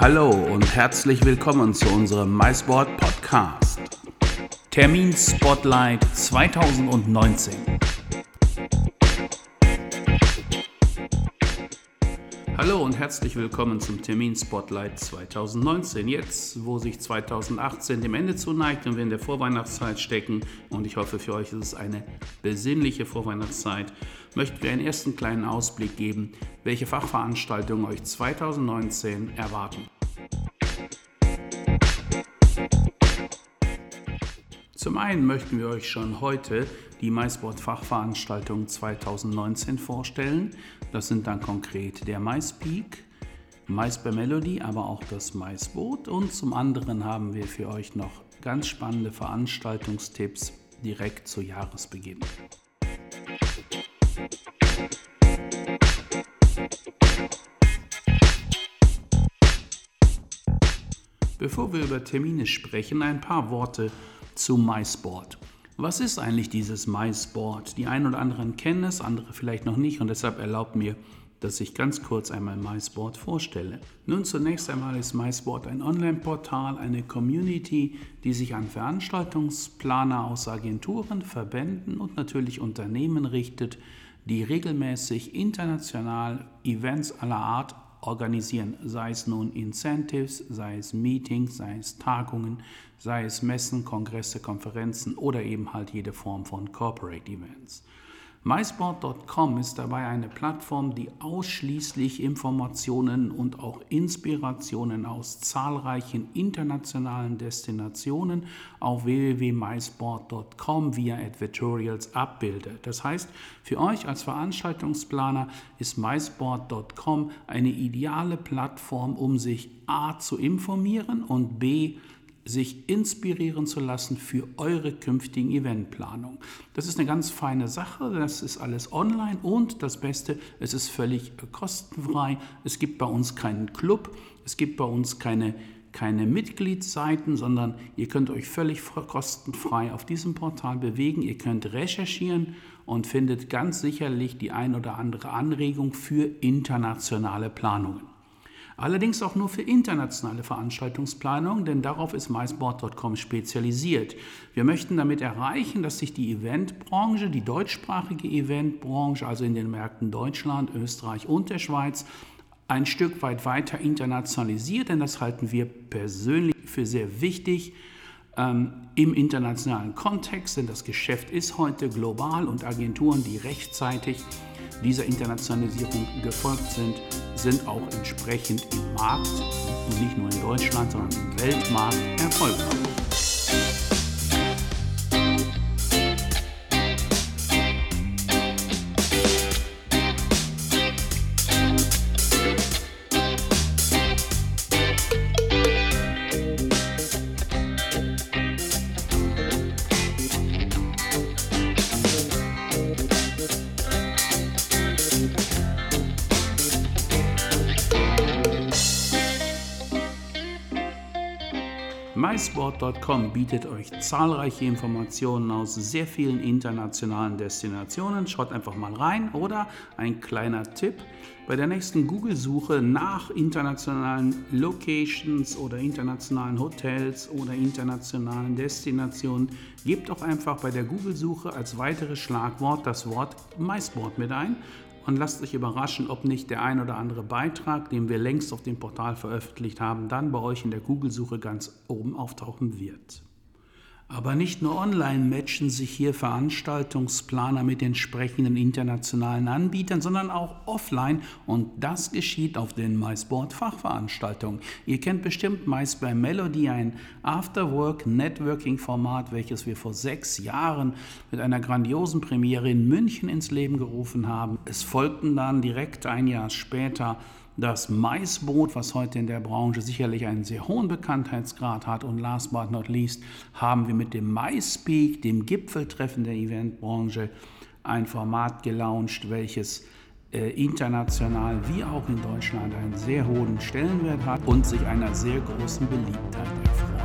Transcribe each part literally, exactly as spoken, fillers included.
Hallo und herzlich willkommen zu unserem MySport Podcast. Termin Spotlight zwanzig neunzehn. Hallo und herzlich willkommen zum Termin Spotlight zwanzig neunzehn. Jetzt, wo sich zwanzig achtzehn dem Ende zuneigt und wir in der Vorweihnachtszeit stecken, und ich hoffe, für euch ist es eine besinnliche Vorweihnachtszeit, möchten wir einen ersten kleinen Ausblick geben, welche Fachveranstaltungen euch zwanzig neunzehn erwarten. Zum einen möchten wir euch schon heute die MySport-Fachveranstaltung zwanzig neunzehn vorstellen. Das sind dann konkret der MySpeak, MySpaMelody, aber auch das MySport. Und zum anderen haben wir für euch noch ganz spannende Veranstaltungstipps direkt zu Jahresbeginn. Bevor wir über Termine sprechen, ein paar Worte zu MySport. Was ist eigentlich dieses MySport? Die einen oder anderen kennen es, andere vielleicht noch nicht, und deshalb erlaubt mir, dass ich ganz kurz einmal MySport vorstelle. Nun, zunächst einmal ist MySport ein Online-Portal, eine Community, die sich an Veranstaltungsplaner aus Agenturen, Verbänden und natürlich Unternehmen richtet, die regelmäßig international Events aller Art organisieren, sei es nun Incentives, sei es Meetings, sei es Tagungen, sei es Messen, Kongresse, Konferenzen oder eben halt jede Form von Corporate Events. MySport Punkt com ist dabei eine Plattform, die ausschließlich Informationen und auch Inspirationen aus zahlreichen internationalen Destinationen auf w w w punkt mysport punkt com via Advertorials abbildet. Das heißt, für euch als Veranstaltungsplaner ist MySport Punkt com eine ideale Plattform, um sich a. zu informieren und b. sich inspirieren zu lassen für eure künftigen Eventplanung. Das ist eine ganz feine Sache, das ist alles online und das Beste, es ist völlig kostenfrei. Es gibt bei uns keinen Club, es gibt bei uns keine, keine Mitgliedsseiten, sondern ihr könnt euch völlig kostenfrei auf diesem Portal bewegen. Ihr könnt recherchieren und findet ganz sicherlich die ein oder andere Anregung für internationale Planungen. Allerdings auch nur für internationale Veranstaltungsplanung, denn darauf ist MySport Punkt com spezialisiert. Wir möchten damit erreichen, dass sich die Eventbranche, die deutschsprachige Eventbranche, also in den Märkten Deutschland, Österreich und der Schweiz, ein Stück weit weiter internationalisiert, denn das halten wir persönlich für sehr wichtig ähm, im internationalen Kontext, denn das Geschäft ist heute global und Agenturen, die rechtzeitig dieser Internationalisierung gefolgt sind, sind auch entsprechend im Markt, nicht nur in Deutschland, sondern im Weltmarkt erfolgreich. MySport Punkt com bietet euch zahlreiche Informationen aus sehr vielen internationalen Destinationen. Schaut einfach mal rein oder ein kleiner Tipp: Bei der nächsten Google-Suche nach internationalen Locations oder internationalen Hotels oder internationalen Destinationen gebt doch einfach bei der Google-Suche als weiteres Schlagwort das Wort MySport mit ein. Und lasst euch überraschen, ob nicht der ein oder andere Beitrag, den wir längst auf dem Portal veröffentlicht haben, dann bei euch in der Google-Suche ganz oben auftauchen wird. Aber nicht nur online matchen sich hier Veranstaltungsplaner mit entsprechenden internationalen Anbietern, sondern auch offline, und das geschieht auf den MySport-Fachveranstaltungen. Ihr kennt bestimmt MySpaMelody, ein Afterwork-Networking-Format, welches wir vor sechs Jahren mit einer grandiosen Premiere in München ins Leben gerufen haben. Es folgten dann direkt ein Jahr später das MySport, was heute in der Branche sicherlich einen sehr hohen Bekanntheitsgrad hat, und last but not least haben wir mit dem MySpeak, dem Gipfeltreffen der Eventbranche, ein Format gelauncht, welches äh, international wie auch in Deutschland einen sehr hohen Stellenwert hat und sich einer sehr großen Beliebtheit erfreut.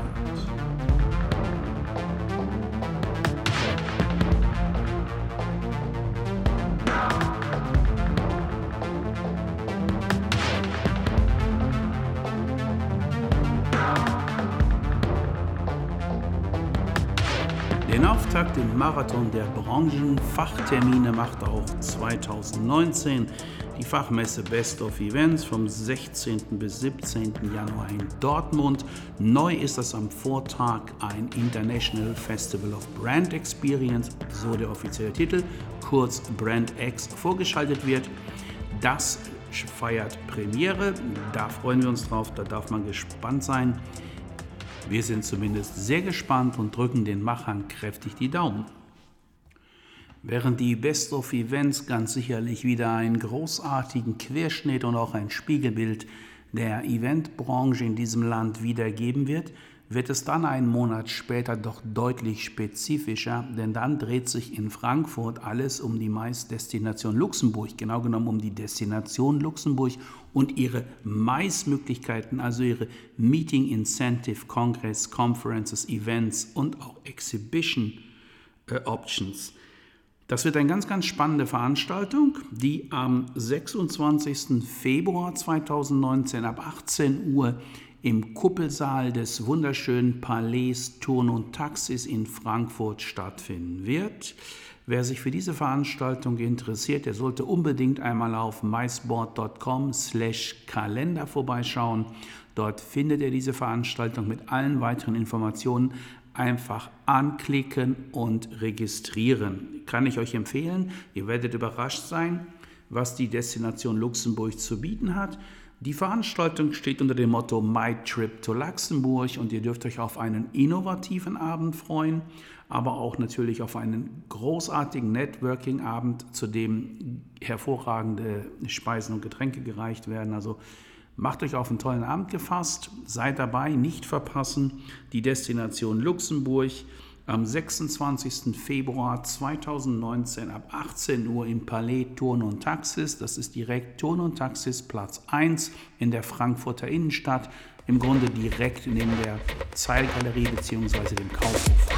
Den Auftakt im Marathon der Branchenfachtermine macht auch zweitausendneunzehn die Fachmesse Best of Events vom sechzehnten bis siebzehnten Januar in Dortmund. Neu ist das am Vortag ein International Festival of Brand Experience, so der offizielle Titel, kurz BrandX, vorgeschaltet wird. Das feiert Premiere, da freuen wir uns drauf, da darf man gespannt sein. Wir sind zumindest sehr gespannt und drücken den Machern kräftig die Daumen. Während die Best of Events ganz sicherlich wieder einen großartigen Querschnitt und auch ein Spiegelbild der Eventbranche in diesem Land wiedergeben wird, wird es dann einen Monat später doch deutlich spezifischer, denn dann dreht sich in Frankfurt alles um die Mais-Destination Luxemburg, genau genommen um die Destination Luxemburg und ihre Mais-Möglichkeiten, also ihre Meeting, Incentive, Congress, Conferences, Events und auch Exhibition äh, Options. Das wird eine ganz, ganz spannende Veranstaltung, die am sechsundzwanzigsten Februar zweitausendneunzehn ab achtzehn Uhr im Kuppelsaal des wunderschönen Palais Turn und Taxis in Frankfurt stattfinden wird. Wer sich für diese Veranstaltung interessiert, der sollte unbedingt einmal auf mysport punkt com slash Kalender vorbeischauen. Dort findet er diese Veranstaltung mit allen weiteren Informationen. Einfach anklicken und registrieren. Kann ich euch empfehlen. Ihr werdet überrascht sein, was die Destination Luxemburg zu bieten hat. Die Veranstaltung steht unter dem Motto My Trip to Luxemburg und ihr dürft euch auf einen innovativen Abend freuen, aber auch natürlich auf einen großartigen Networking-Abend, zu dem hervorragende Speisen und Getränke gereicht werden. Also macht euch auf einen tollen Abend gefasst, seid dabei, nicht verpassen. Die Destination Luxemburg am sechsundzwanzigsten Februar zweitausendneunzehn ab achtzehn Uhr im Palais Turn und Taxis. Das ist direkt Turn und Taxis Platz eins in der Frankfurter Innenstadt, im Grunde direkt neben der Zeilgalerie bzw. dem Kaufhof.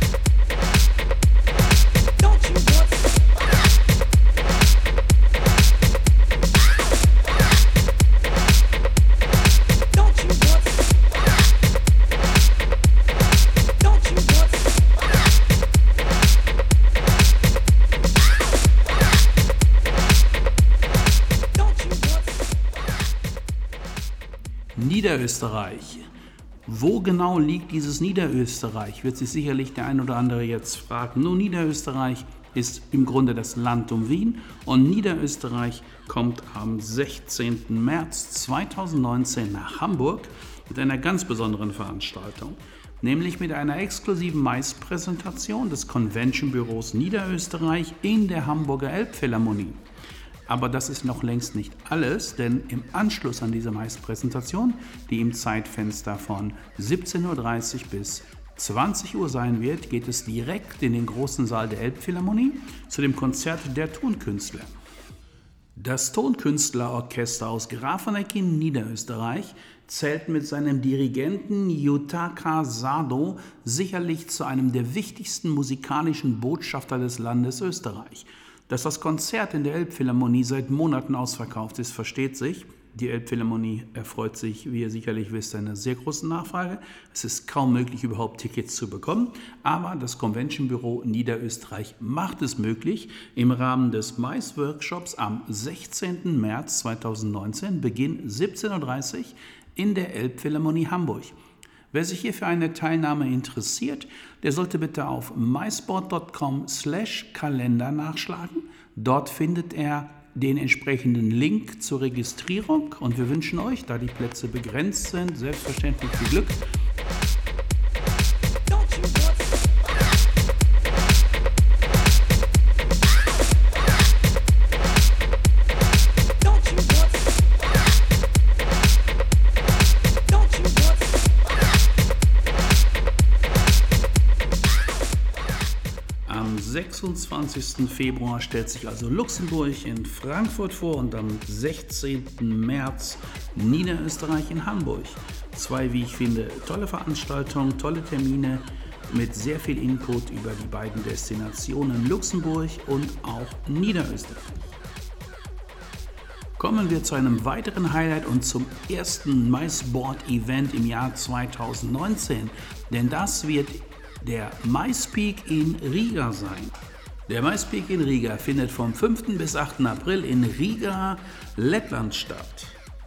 Niederösterreich. Wo genau liegt dieses Niederösterreich? Wird sich sicherlich der ein oder andere jetzt fragen. Nun, Niederösterreich ist im Grunde das Land um Wien und Niederösterreich kommt am sechzehnten März zweitausendneunzehn nach Hamburg mit einer ganz besonderen Veranstaltung, nämlich mit einer exklusiven Mais-Präsentation des Convention-Büros Niederösterreich in der Hamburger Elbphilharmonie. Aber das ist noch längst nicht alles, denn im Anschluss an diese Mais-Präsentation, die im Zeitfenster von siebzehn Uhr dreißig bis zwanzig Uhr sein wird, geht es direkt in den großen Saal der Elbphilharmonie zu dem Konzert der Tonkünstler. Das Tonkünstlerorchester aus Grafeneck in Niederösterreich zählt mit seinem Dirigenten Yutaka Sado sicherlich zu einem der wichtigsten musikalischen Botschafter des Landes Österreich. Dass das Konzert in der Elbphilharmonie seit Monaten ausverkauft ist, versteht sich. Die Elbphilharmonie erfreut sich, wie ihr sicherlich wisst, einer sehr großen Nachfrage. Es ist kaum möglich, überhaupt Tickets zu bekommen, aber das Convention-Büro Niederösterreich macht es möglich. Im Rahmen des Mais-Workshops am sechzehnten März zweitausendneunzehn, Beginn siebzehn Uhr dreißig in der Elbphilharmonie Hamburg. Wer sich hier für eine Teilnahme interessiert, der sollte bitte auf mysport punkt com slash Kalender nachschlagen. Dort findet er den entsprechenden Link zur Registrierung und wir wünschen euch, da die Plätze begrenzt sind, selbstverständlich viel Glück. Am sechsundzwanzigsten Februar stellt sich also Luxemburg in Frankfurt vor und am sechzehnten März Niederösterreich in Hamburg. Zwei, wie ich finde, tolle Veranstaltungen, tolle Termine mit sehr viel Input über die beiden Destinationen Luxemburg und auch Niederösterreich. Kommen wir zu einem weiteren Highlight und zum ersten MySport-Event im Jahr zweitausendneunzehn, denn das wird der MySpeak in Riga sein. Der MySpeak in Riga findet vom fünften bis achten April in Riga, Lettland statt.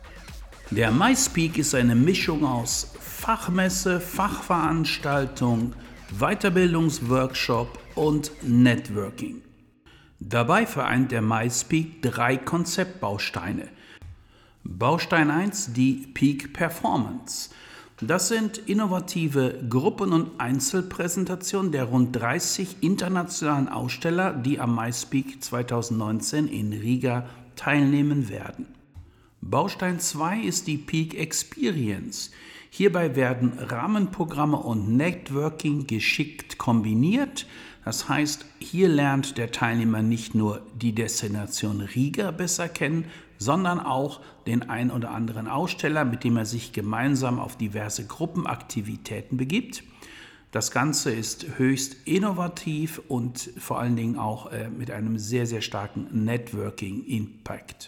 Der MySpeak ist eine Mischung aus Fachmesse, Fachveranstaltung, Weiterbildungsworkshop und Networking. Dabei vereint der MySpeak drei Konzeptbausteine. Baustein eins, die Peak Performance. Das sind innovative Gruppen- und Einzelpräsentationen der rund dreißig internationalen Aussteller, die am MySpeak zwanzig neunzehn in Riga teilnehmen werden. Baustein zwei ist die Peak Experience. Hierbei werden Rahmenprogramme und Networking geschickt kombiniert. Das heißt, hier lernt der Teilnehmer nicht nur die Destination Riga besser kennen, sondern auch den ein oder anderen Aussteller, mit dem er sich gemeinsam auf diverse Gruppenaktivitäten begibt. Das Ganze ist höchst innovativ und vor allen Dingen auch äh, mit einem sehr, sehr starken Networking-Impact.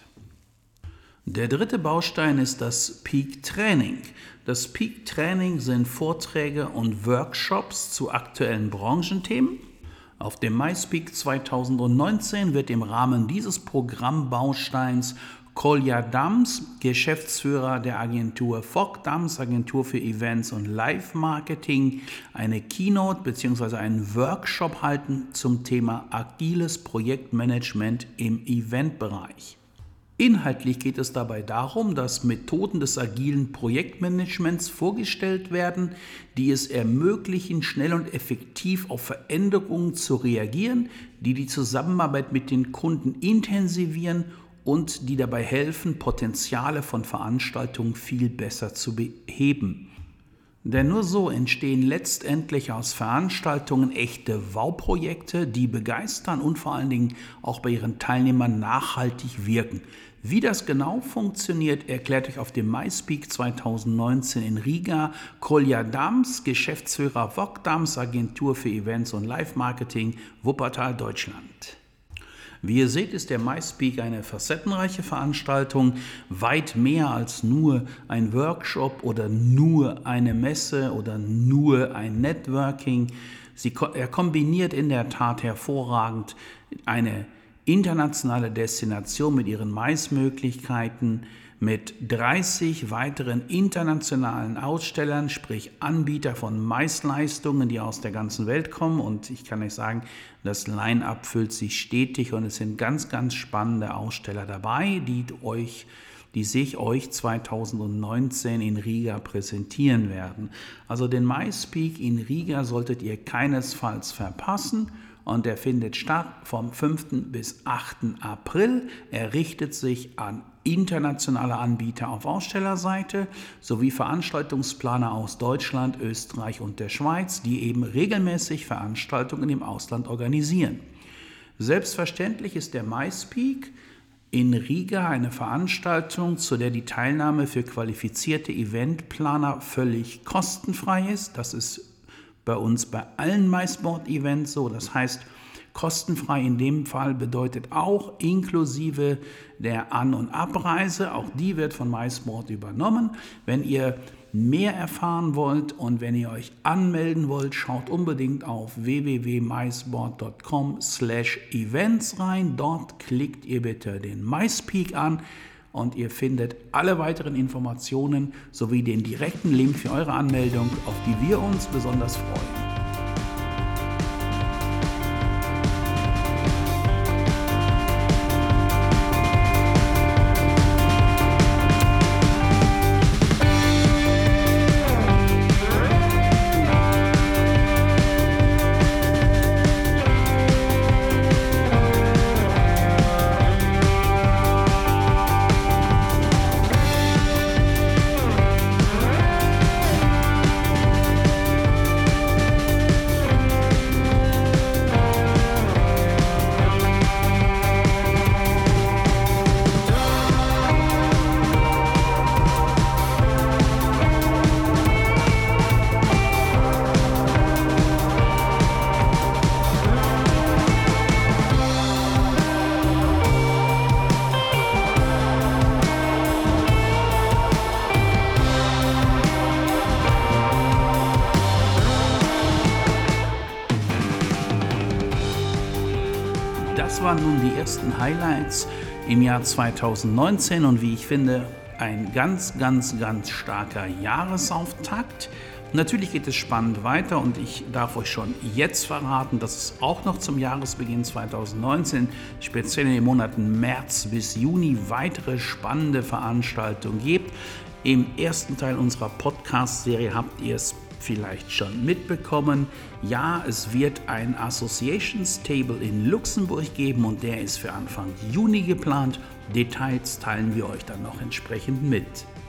Der dritte Baustein ist das Peak Training. Das Peak Training sind Vorträge und Workshops zu aktuellen Branchenthemen. Auf dem MySpeak zwanzig neunzehn wird im Rahmen dieses Programmbausteins Kolja Dams, Geschäftsführer der Agentur Fogg Dams, Agentur für Events und Live-Marketing, eine Keynote bzw. einen Workshop halten zum Thema agiles Projektmanagement im Eventbereich. Inhaltlich geht es dabei darum, dass Methoden des agilen Projektmanagements vorgestellt werden, die es ermöglichen, schnell und effektiv auf Veränderungen zu reagieren, die die Zusammenarbeit mit den Kunden intensivieren und die dabei helfen, Potenziale von Veranstaltungen viel besser zu beheben. Denn nur so entstehen letztendlich aus Veranstaltungen echte Wow-Projekte, die begeistern und vor allen Dingen auch bei ihren Teilnehmern nachhaltig wirken. Wie das genau funktioniert, erklärt euch auf dem MySpeak zwanzig neunzehn in Riga Kolja Dams, Geschäftsführer Fogg Dams, Agentur für Events und Live-Marketing, Wuppertal, Deutschland. Wie ihr seht, ist der MySpeak eine facettenreiche Veranstaltung, weit mehr als nur ein Workshop oder nur eine Messe oder nur ein Networking. Sie, er kombiniert in der Tat hervorragend eine internationale Destination mit ihren Mais-Möglichkeiten, mit dreißig weiteren internationalen Ausstellern, sprich Anbieter von Maisleistungen, die aus der ganzen Welt kommen. Und ich kann euch sagen, das Line-Up füllt sich stetig und es sind ganz, ganz spannende Aussteller dabei, die euch, die sich euch zwanzig neunzehn in Riga präsentieren werden. Also den MySpeak in Riga solltet ihr keinesfalls verpassen. Und er findet statt vom fünften bis achten April. Er richtet sich an internationale Anbieter auf Ausstellerseite sowie Veranstaltungsplaner aus Deutschland, Österreich und der Schweiz, die eben regelmäßig Veranstaltungen im Ausland organisieren. Selbstverständlich ist der MySpeak in Riga eine Veranstaltung, zu der die Teilnahme für qualifizierte Eventplaner völlig kostenfrei ist. Das ist bei uns bei allen MySport-Events so. Das heißt, kostenfrei in dem Fall bedeutet auch inklusive der An- und Abreise. Auch die wird von MySport übernommen. Wenn ihr mehr erfahren wollt und wenn ihr euch anmelden wollt, schaut unbedingt auf w w w punkt mysport punkt com slash events rein. Dort klickt ihr bitte den MySpeak an. Und ihr findet alle weiteren Informationen sowie den direkten Link für eure Anmeldung, auf die wir uns besonders freuen. waren nun die ersten Highlights im Jahr zweitausendneunzehn und wie ich finde, ein ganz, ganz, ganz starker Jahresauftakt. Natürlich geht es spannend weiter und ich darf euch schon jetzt verraten, dass es auch noch zum Jahresbeginn zweitausendneunzehn, speziell in den Monaten März bis Juni, weitere spannende Veranstaltungen gibt. Im ersten Teil unserer Podcast-Serie habt ihr es vielleicht schon mitbekommen. Ja, es wird ein Associations Table in Luxemburg geben und der ist für Anfang Juni geplant. Details teilen wir euch dann noch entsprechend mit.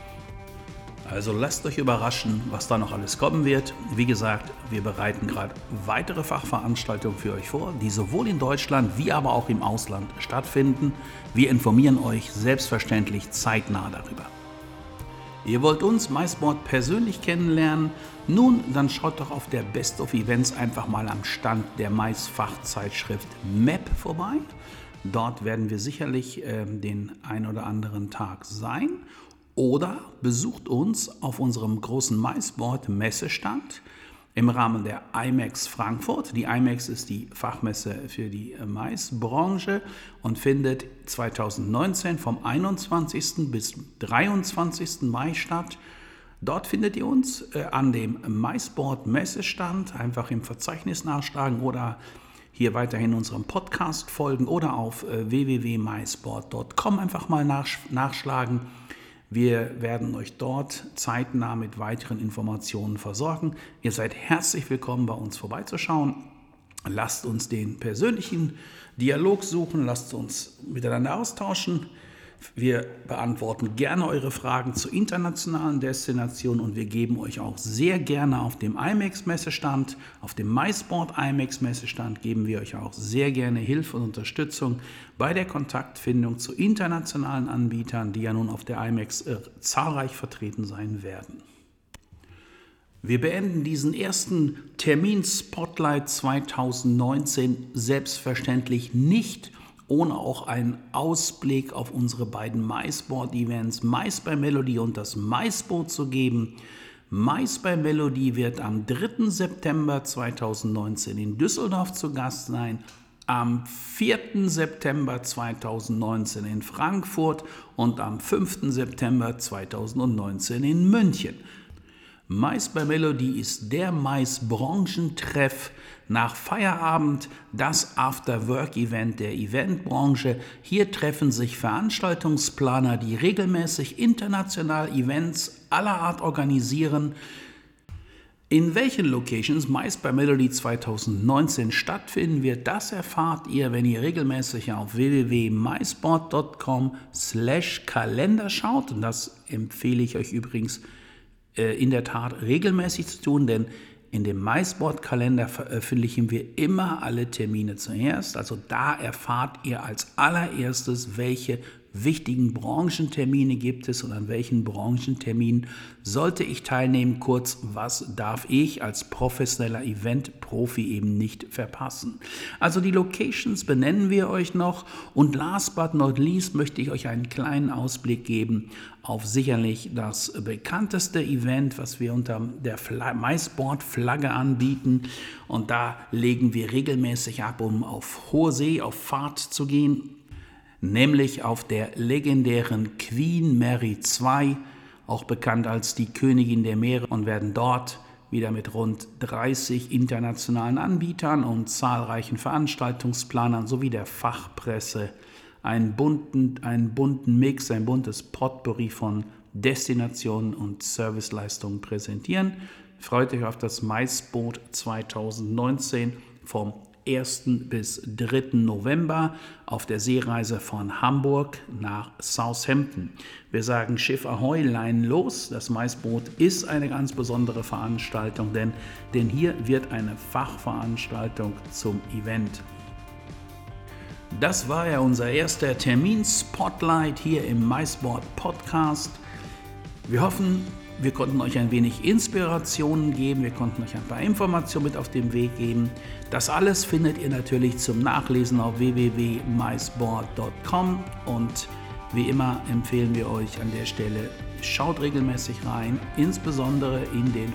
Also lasst euch überraschen, was da noch alles kommen wird. Wie gesagt, wir bereiten gerade weitere Fachveranstaltungen für euch vor, die sowohl in Deutschland wie aber auch im Ausland stattfinden. Wir informieren euch selbstverständlich zeitnah darüber. Ihr wollt uns, MySport, persönlich kennenlernen? Nun, dann schaut doch auf der Best of Events einfach mal am Stand der Mais-Fachzeitschrift M A P vorbei. Dort werden wir sicherlich äh, den ein oder anderen Tag sein. Oder besucht uns auf unserem großen MySport-Messestand im Rahmen der I M E X Frankfurt. Die I M E X ist die Fachmesse für die Maisbranche und findet zweitausendneunzehn vom einundzwanzigsten bis dreiundzwanzigsten Mai statt. Dort findet ihr uns äh, an dem MySport-Messestand, einfach im Verzeichnis nachschlagen oder hier weiterhin unserem Podcast folgen oder auf äh, w w w punkt mysport punkt com einfach mal nachsch- nachschlagen. Wir werden euch dort zeitnah mit weiteren Informationen versorgen. Ihr seid herzlich willkommen, bei uns vorbeizuschauen. Lasst uns den persönlichen Dialog suchen, lasst uns miteinander austauschen. Wir beantworten gerne eure Fragen zu internationalen Destinationen und wir geben euch auch sehr gerne auf dem I M E X-Messestand, auf dem MySport I M E X-Messestand geben wir euch auch sehr gerne Hilfe und Unterstützung bei der Kontaktfindung zu internationalen Anbietern, die ja nun auf der I M E X äh, zahlreich vertreten sein werden. Wir beenden diesen ersten Termin-Spotlight zweitausendneunzehn selbstverständlich nicht ohne auch einen Ausblick auf unsere beiden MySport-Events Mais by Melody und das MySport zu geben. Mais by Melody wird am dritten September zweitausendneunzehn in Düsseldorf zu Gast sein, am vierten September zweitausendneunzehn in Frankfurt und am fünften September zweitausendneunzehn in München. Mais by Melody ist der Mais-Branchentreff nach Feierabend, das After-Work-Event der Eventbranche. Hier treffen sich Veranstaltungsplaner, die regelmäßig international Events aller Art organisieren. In welchen Locations Mais by Melody zweitausendneunzehn stattfinden wird, das erfahrt ihr, wenn ihr regelmäßig auf w w w punkt mysport punkt com slash Kalender schaut. Und das empfehle ich euch übrigens in der Tat regelmäßig zu tun, denn in dem MySport-Kalender veröffentlichen wir immer alle Termine zuerst. Also da erfahrt ihr als allererstes, welche wichtigen Branchentermine gibt es und an welchen Branchenterminen sollte ich teilnehmen. Kurz, was darf ich als professioneller Event-Profi eben nicht verpassen. Also die Locations benennen wir euch noch und last but not least möchte ich euch einen kleinen Ausblick geben auf sicherlich das bekannteste Event, was wir unter der MySport-Flagge anbieten. Und da legen wir regelmäßig ab, um auf hohe See, auf Fahrt zu gehen. Nämlich auf der legendären Queen Mary zwei, auch bekannt als die Königin der Meere, und werden dort wieder mit rund dreißig internationalen Anbietern und zahlreichen Veranstaltungsplanern sowie der Fachpresse einen bunten, einen bunten Mix, ein buntes Potpourri von Destinationen und Serviceleistungen präsentieren. Freut euch auf das MySport zweitausendneunzehn vom ersten bis dritten November auf der Seereise von Hamburg nach Southampton. Wir sagen Schiff Ahoi, Leinen los. Das MySport ist eine ganz besondere Veranstaltung, denn, denn hier wird eine Fachveranstaltung zum Event. Das war ja unser erster Termin-Spotlight hier im MySport Podcast. Wir hoffen, wir konnten euch ein wenig Inspirationen geben, wir konnten euch ein paar Informationen mit auf den Weg geben. Das alles findet ihr natürlich zum Nachlesen auf w w w punkt mysport punkt com und wie immer empfehlen wir euch an der Stelle, schaut regelmäßig rein, insbesondere in den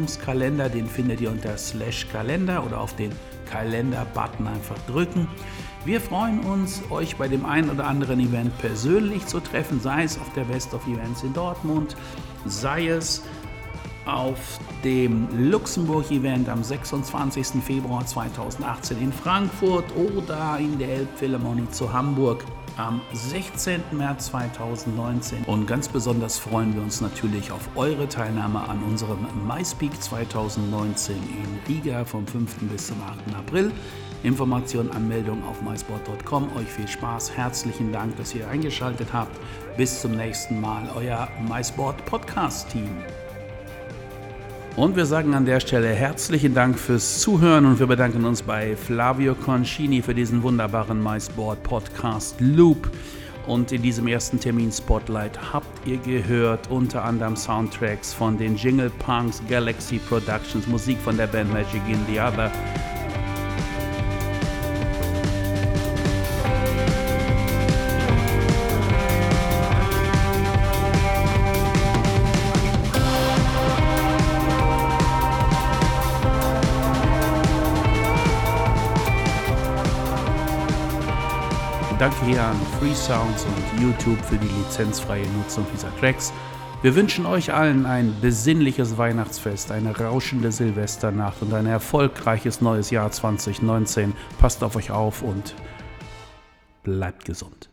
Veranstaltungskalender, den findet ihr unter slash Kalender oder auf den Kalender-Button einfach drücken. Wir freuen uns, euch bei dem einen oder anderen Event persönlich zu treffen, sei es auf der Best of Events in Dortmund, sei es auf dem Luxemburg-Event am sechsundzwanzigsten Februar zweitausendachtzehn in Frankfurt oder in der Elbphilharmonie zu Hamburg am sechzehnten März zweitausendneunzehn. Und ganz besonders freuen wir uns natürlich auf eure Teilnahme an unserem MySpeak zweitausendneunzehn in Riga vom fünften bis zum achten April. Informationen, Anmeldung auf mysport punkt com. Euch viel Spaß, herzlichen Dank, dass ihr eingeschaltet habt. Bis zum nächsten Mal, euer MySport Podcast Team. Und wir sagen an der Stelle herzlichen Dank fürs Zuhören und wir bedanken uns bei Flavio Concini für diesen wunderbaren MySport Podcast Loop. Und in diesem ersten Termin Spotlight habt ihr gehört unter anderem Soundtracks von den Jingle Punks, Galaxy Productions, Musik von der Band Magic in the Other. Danke hier an Free Sounds und YouTube für die lizenzfreie Nutzung dieser Tracks. Wir wünschen euch allen ein besinnliches Weihnachtsfest, eine rauschende Silvesternacht und ein erfolgreiches neues Jahr zwanzig neunzehn. Passt auf euch auf und bleibt gesund.